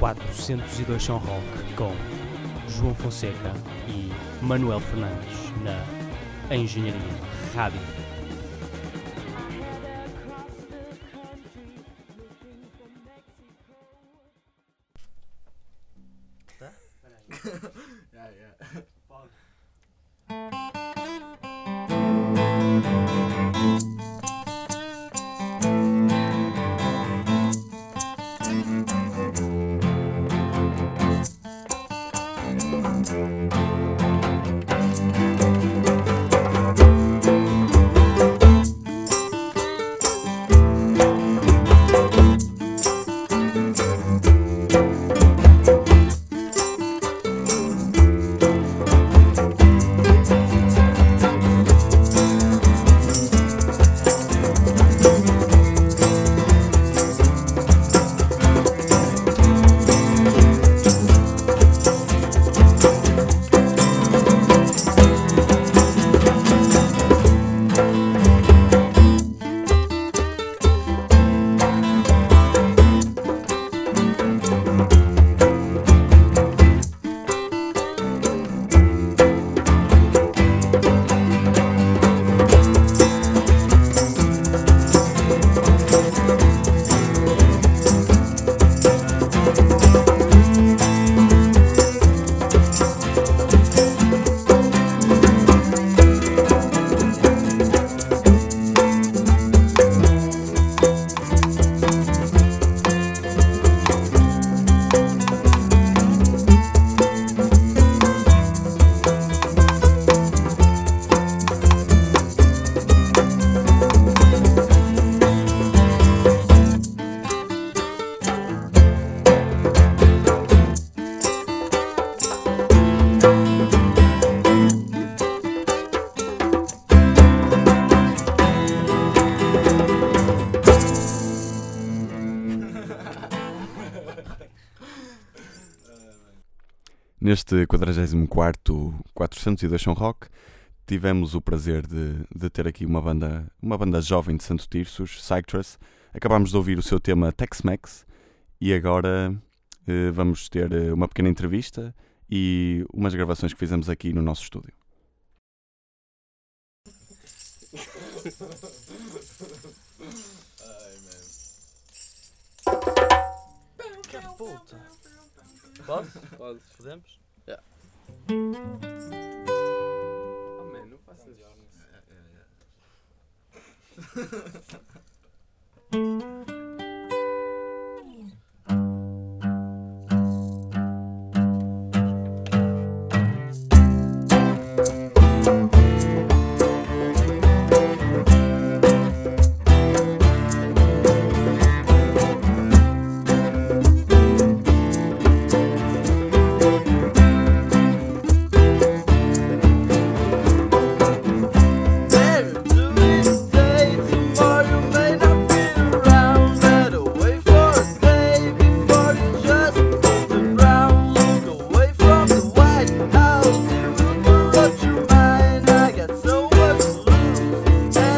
402 São Roque com João Fonseca e Manuel Fernandes na Engenharia Rádio. Neste 44º 402 São Roque, tivemos o prazer de ter aqui uma banda jovem de Santo Tirsos, Citrus. Acabámos de ouvir o seu tema Tex-Mex e agora vamos ter uma pequena entrevista e umas gravações que fizemos aqui no nosso estúdio. Que puta! Posso? Podes. Podemos? Yeah. Oh man, não faças isso. House, it will corrupt your mind. I got so much to lose.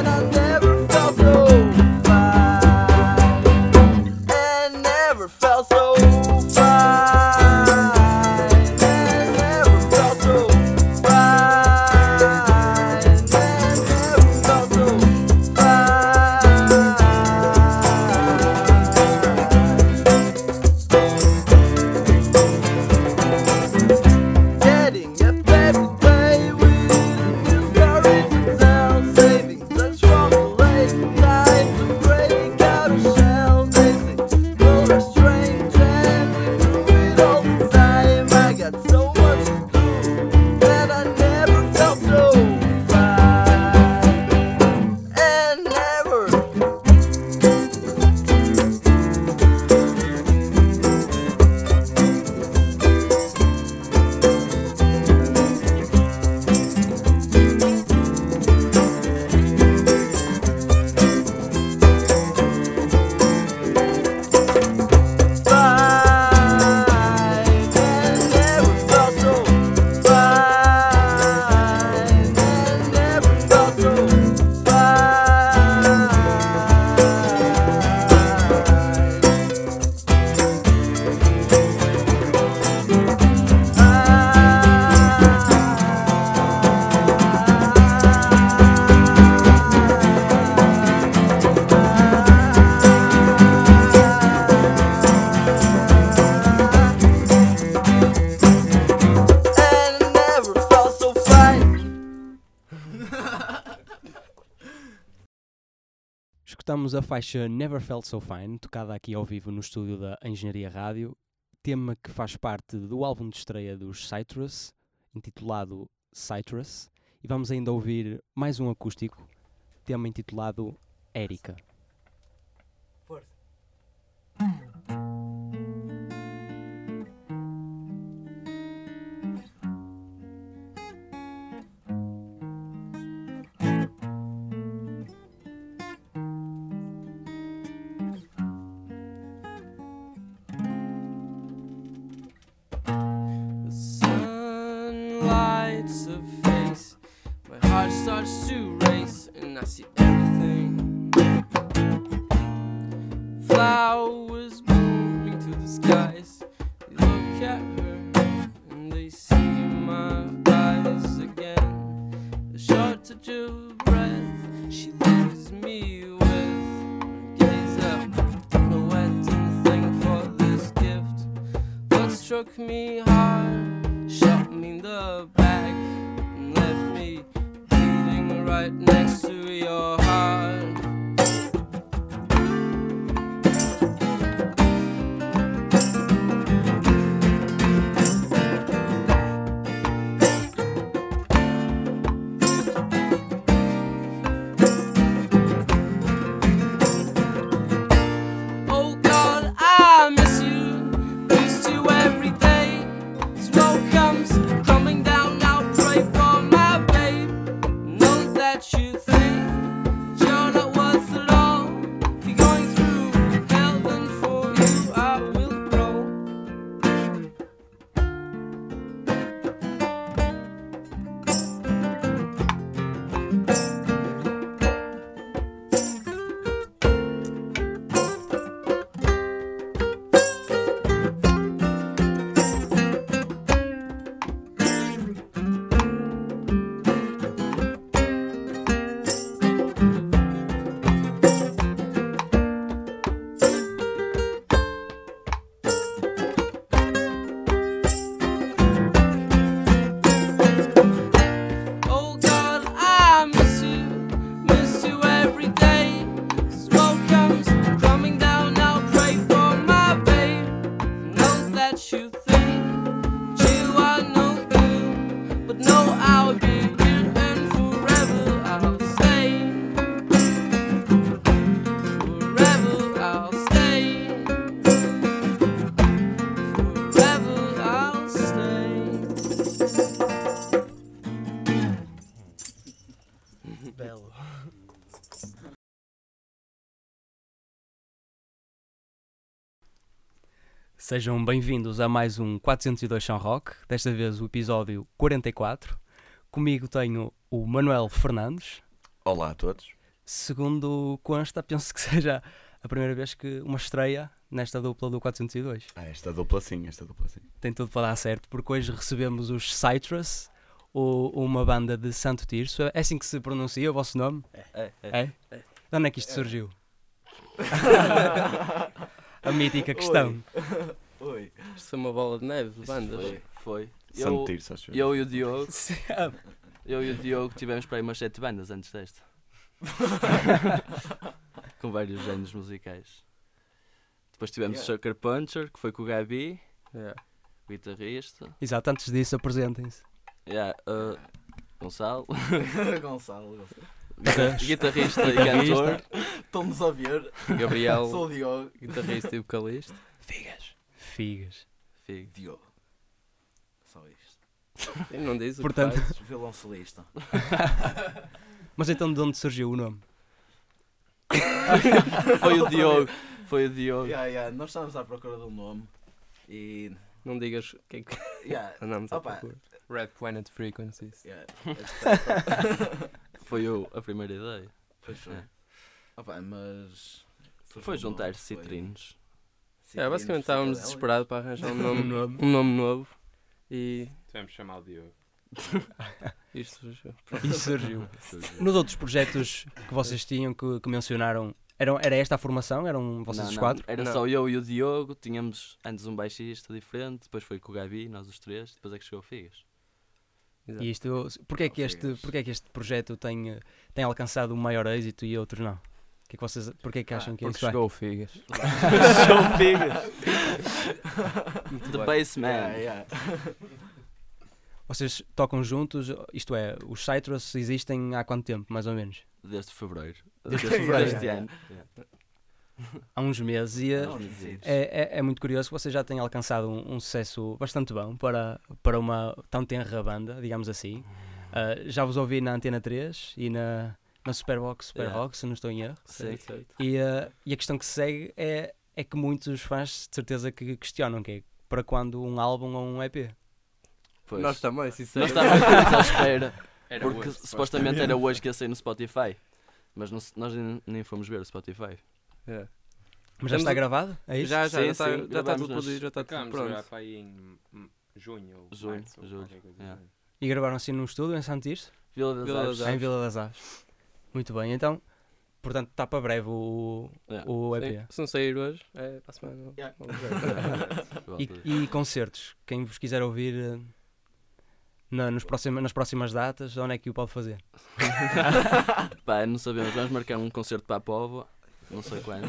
Escutamos a faixa Never Felt So Fine, tocada aqui ao vivo no estúdio da Engenharia Rádio, tema que faz parte do álbum de estreia dos Citrus, intitulado Citrus, e vamos ainda ouvir mais um acústico, tema intitulado Erika. Força. Starts to race and I see everything. Flowers blooming to the skies. You look at her and they see my eyes again. A shortage of breath she leaves me with. Her gaze up, no end and thankful for this gift. What struck me hard, shot me in the back and left me right next to your heart. Oh God, I miss you every day. Smoke comes coming down, now pray for my babe. That you think you're not worth it all. You're going through hell, then for you I will go. Belo. Sejam bem-vindos a mais um 402 Chão Rock, desta vez o episódio 44. Comigo tenho o Manuel Fernandes. Olá a todos. Segundo consta, penso que seja a primeira vez que uma estreia nesta dupla do 402. Esta dupla sim. Tem tudo para dar certo, porque hoje recebemos os Citrus, uma banda de Santo Tirso. É assim que se pronuncia o vosso nome? É? De onde é que isto surgiu? A mítica questão. Oi. Isto foi uma bola de neve de bandas. Foi. Santo Tirso, acho eu. Eu e o Diogo. Eu e o Diogo tivemos para aí umas 7 bandas antes desta. Com vários géneros musicais. Depois tivemos o Sucker Puncher, que foi com o Gabi, o guitarrista. Exato, antes disso apresentem-se. Gonçalo. Gonçalo. Guitarrista e cantor. Estão-nos a ver. Gabriel. Sou o Diogo. Guitarrista e vocalista. Figas. Diogo. Só isto. Não diz o Portanto, que faz. Violoncelista. Mas então de onde surgiu o nome? Foi o Diogo. Nós estávamos à procura de um nome e... Não digas o que é que andamos à procura. Red Planet Frequencies. Foi a primeira ideia. Pois foi. Mas... Foi juntar citrinos. Citrinos, Basicamente estávamos fricadelas. desesperados para arranjar um nome novo. E Tivemos de chamar o Diogo. isto surgiu. Isso surgiu. Nos outros projetos que vocês tinham, que mencionaram, era esta a formação? Eram vocês os quatro? Era só eu e o Diogo. Tínhamos antes um baixista diferente, depois foi com o Gabi, nós os três, depois é que chegou o Figas. E isto, porque é que este projeto tem alcançado um maior êxito e outros não? Porquê que acham que é Porque isso? chegou o Figas. Show Figas. The bem. Bassman. Yeah. Vocês tocam juntos, isto é, os Citrus existem há quanto tempo, mais ou menos? Desde fevereiro. Desde fevereiro. Deste ano. Há uns meses e Não, não existe. é muito curioso que vocês já tenham alcançado um sucesso bastante bom para uma tão tenra banda, digamos assim. Já vos ouvi na Antena 3 e na Superbox, se não estou em erro. Sim. E a questão que se segue é que muitos fãs de certeza que questionam que é para quando um álbum ou um EP. Pois. Nós também, Nós sinceramente. estávamos à espera. Era Porque hoje, supostamente era hoje que ia sair no Spotify. Mas nós nem fomos ver o Spotify. É. Mas já Temos está o- gravado? É isso? Já Sim, está sim, gravamos tudo nós. produzido, já está tudo Tocámos já pronto. para aí em junho ou Junho, março, ou julho, qualquer coisa yeah. assim. E gravaram assim num estúdio em Santirce? Vila das Vila Aves. das Em Vila das Aves. Muito bem, então, portanto, está para breve o EP. Sim, se não sair hoje, é para a semana. Yeah. Vamos ver. Volta. E concertos, quem vos quiser ouvir nas próximas datas, onde é que o pode fazer? Pá, não sabemos. Vamos marcar um concerto para a Póvoa. Não sei quando.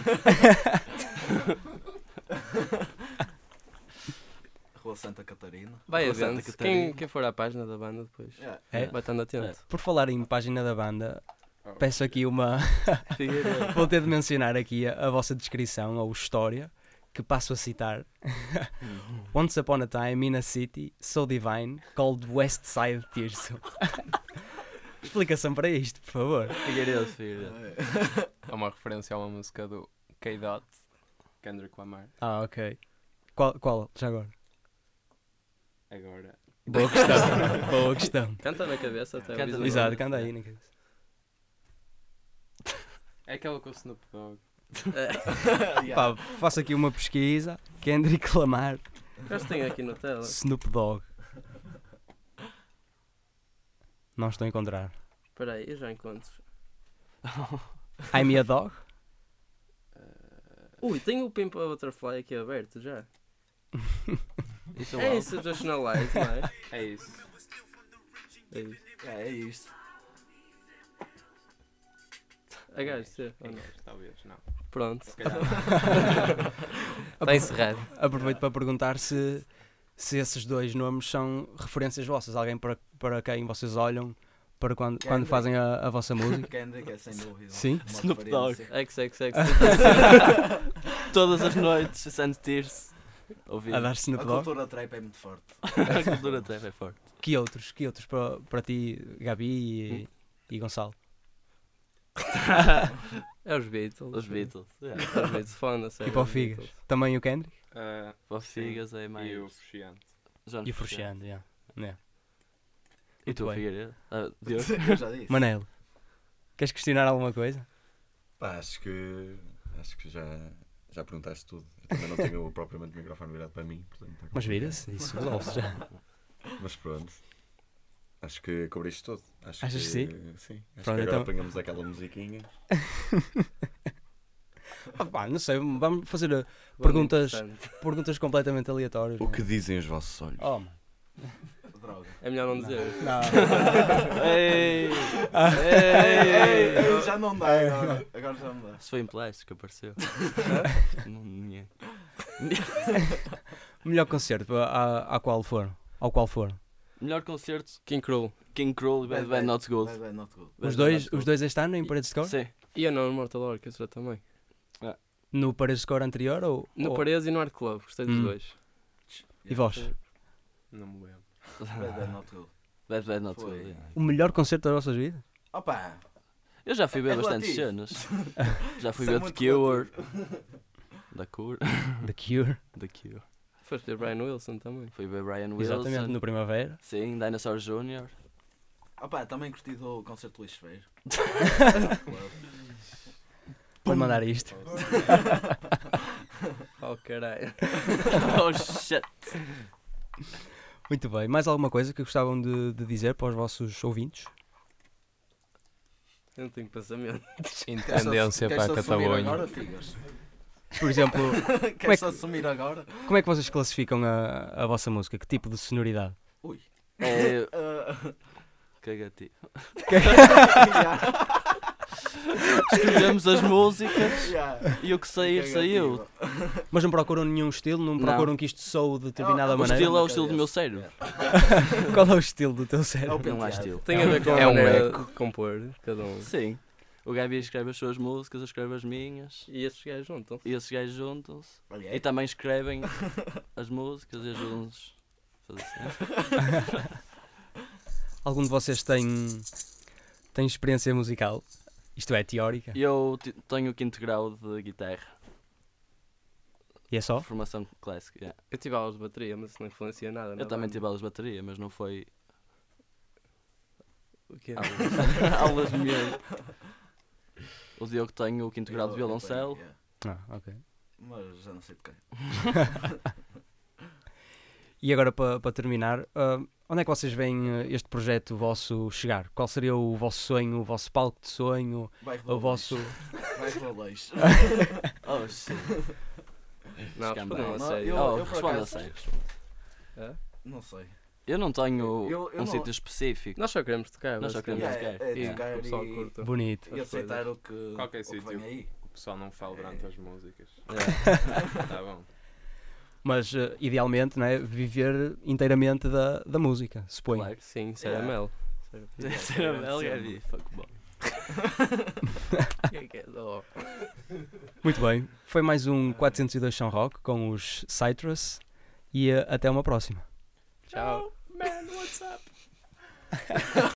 Rua Santa Catarina. Vai Rua Santa adiante. Catarina. Quem for à página da banda depois Yeah. É? vai estando atento. Por falar em página da banda, Oh. peço aqui uma... Figueiredo. Vou ter de mencionar aqui a vossa descrição ou história, que passo a citar. Once upon a time in a city so divine called West Side Tirso. Explicação para isto, por favor. Figueiredo. É uma referência a uma música do K-Dot. Kendrick Lamar. Ah, ok. Qual? Já agora? Agora. Boa questão. Boa questão. Canta na cabeça até. Canta na Exato, canta aí. É aquela com o Snoop Dogg. Pá, faço aqui uma pesquisa. Kendrick Lamar, Já se tem aqui na tela. Snoop Dogg. Não estou a encontrar. Espera aí, eu já encontro. I'm a Dog? Ui, tem o Pimp a Butterfly aqui aberto já. Isso É Institutionalized, não é? É isso. É isso. É isto. HC, ou não? Talvez, não. Pronto. Se calhar. Está encerrado. Aproveito para perguntar se esses dois nomes são referências vossas. Alguém para quem vocês olham para quando Kendrick. fazem a vossa música? Kendrick é sem dúvida. Sim? uma Snoop Dogg. referência. XXX. Todas as noites, sentir-se. Ouvir. A dar A Snoop Dogg? cultura trap é muito forte. A cultura trap é forte. Que outros para ti, Gabi e Gonçalo? É os Beatles. Os Beatles. É os Beatles, foda-se. E para o Figas? Também o Kendrick? Para Figas é mais. E o Fuxiante. Jones E o Frusciante. Frusciante, yeah. E tu, Muito bem. Figueiredo? Diogo? Eu já disse. Manelo, queres questionar alguma coisa? Pá, acho que já perguntaste tudo. Eu também não tenho propriamente o microfone virado para mim. Portanto, está Mas complicado. vira-se, isso resolve-se já. Mas pronto. Acho que cobriste tudo. Achas que sim? Acho Pronto, que agora então- apanhamos aquela musiquinha. Não sei, vamos fazer Banda perguntas, interessante. perguntas completamente aleatórias. O que dizem os vossos olhos? Oh, mano. Droga. É melhor não dizer. Não. Ei! Ei, já não dá agora. Agora já não dá. Isso foi em plástico que apareceu. Não, ninguém. Melhor concerto ao qual foram? Melhor concerto: King Cruel. King Cruel e Bad Bad Not Good. Bad Bad Not Good. Os Bad Bad Not dois este ano em Paredes de Cor? Sim. E eu não, no Mortal Orchestra também. No Paredes de Cor anterior ou? No ou- Paredes e no Art Club, gostei dos Hum. dois. E vós? Não me lembro. Bad Bad Not Good. Bad Bad Not Foi. Good. yeah. O melhor concerto das vossas vidas? Opa! Eu já fui ver É bastantes relativo. cenas. Já fui Isso é ver The muito Cure. relativo. Da Cure. The Cure. The Cure. Foste ver Brian Wilson também. Fui ver Brian Wilson. Exatamente, no Primavera. Sim, Dinosaur Jr. Opa, também curti do concerto do Luís Feiro. Pode mandar isto. Oh caralho. Oh shit. Muito bem. Mais alguma coisa que gostavam de dizer para os vossos ouvintes? Eu não tenho pensamento. Independência para a Queres assumir Catalunha. agora, Figas? Por exemplo, Queres assumir agora? como é que vocês classificam a vossa música? Que tipo de sonoridade? Ui. É. Ah, Cagativo. escrevemos as músicas Yeah. e o que sair, saiu. Mas não procuram nenhum estilo? Não procuram que isto soe de determinada O maneira? estilo é o estilo do meu cérebro. Qual é o estilo do teu É o cérebro? Não há penteado. estilo. Tem a ver com a É um maneira eco. de compor, cada um. Sim. O Gabi escreve as suas músicas, eu escrevo as minhas. E estes gajos juntam. E esses gajos juntam-se. Olha, E também escrevem as músicas e ajudam-nos a fazer assim. Algum de vocês tem experiência musical? Isto é, teórica? Eu tenho o 5º grau de guitarra. E é só? Formação clássica. Yeah. Eu tive aulas de bateria, mas isso não influencia nada. Eu também tive aulas de bateria, mas não foi O quê? aulas mesmo. O Diogo tem o 5º grau de violoncelo. Yeah. Ok. Mas já não sei tocar. E agora, para terminar, onde é que vocês veem este projeto vosso chegar? Qual seria o vosso sonho, o vosso palco de sonho, Vai o vosso... Vai rolês. Oh, shit. Não, Escambau. respondam a Não, sério. eu- Responda a acaso- sério. Não sei. Eu não tenho Eu um não- sítio específico. Nós só queremos tocar. Nós só queremos basicamente. tocar. É Yeah. tocar O pessoal e, curta. Bonito. e aceitar o que, Qualquer o que sítio. vem aí. O pessoal não fala durante as músicas. Yeah. Tá bom. Mas, idealmente, não é? Viver inteiramente da música, suponho. Claro. Sim, Yeah. Caramel. Caramel, Gabi. Fuck bom. Muito bem. Foi mais um 402 Chão Rock com os Citrus e até uma próxima. Tchau. Man, what's up?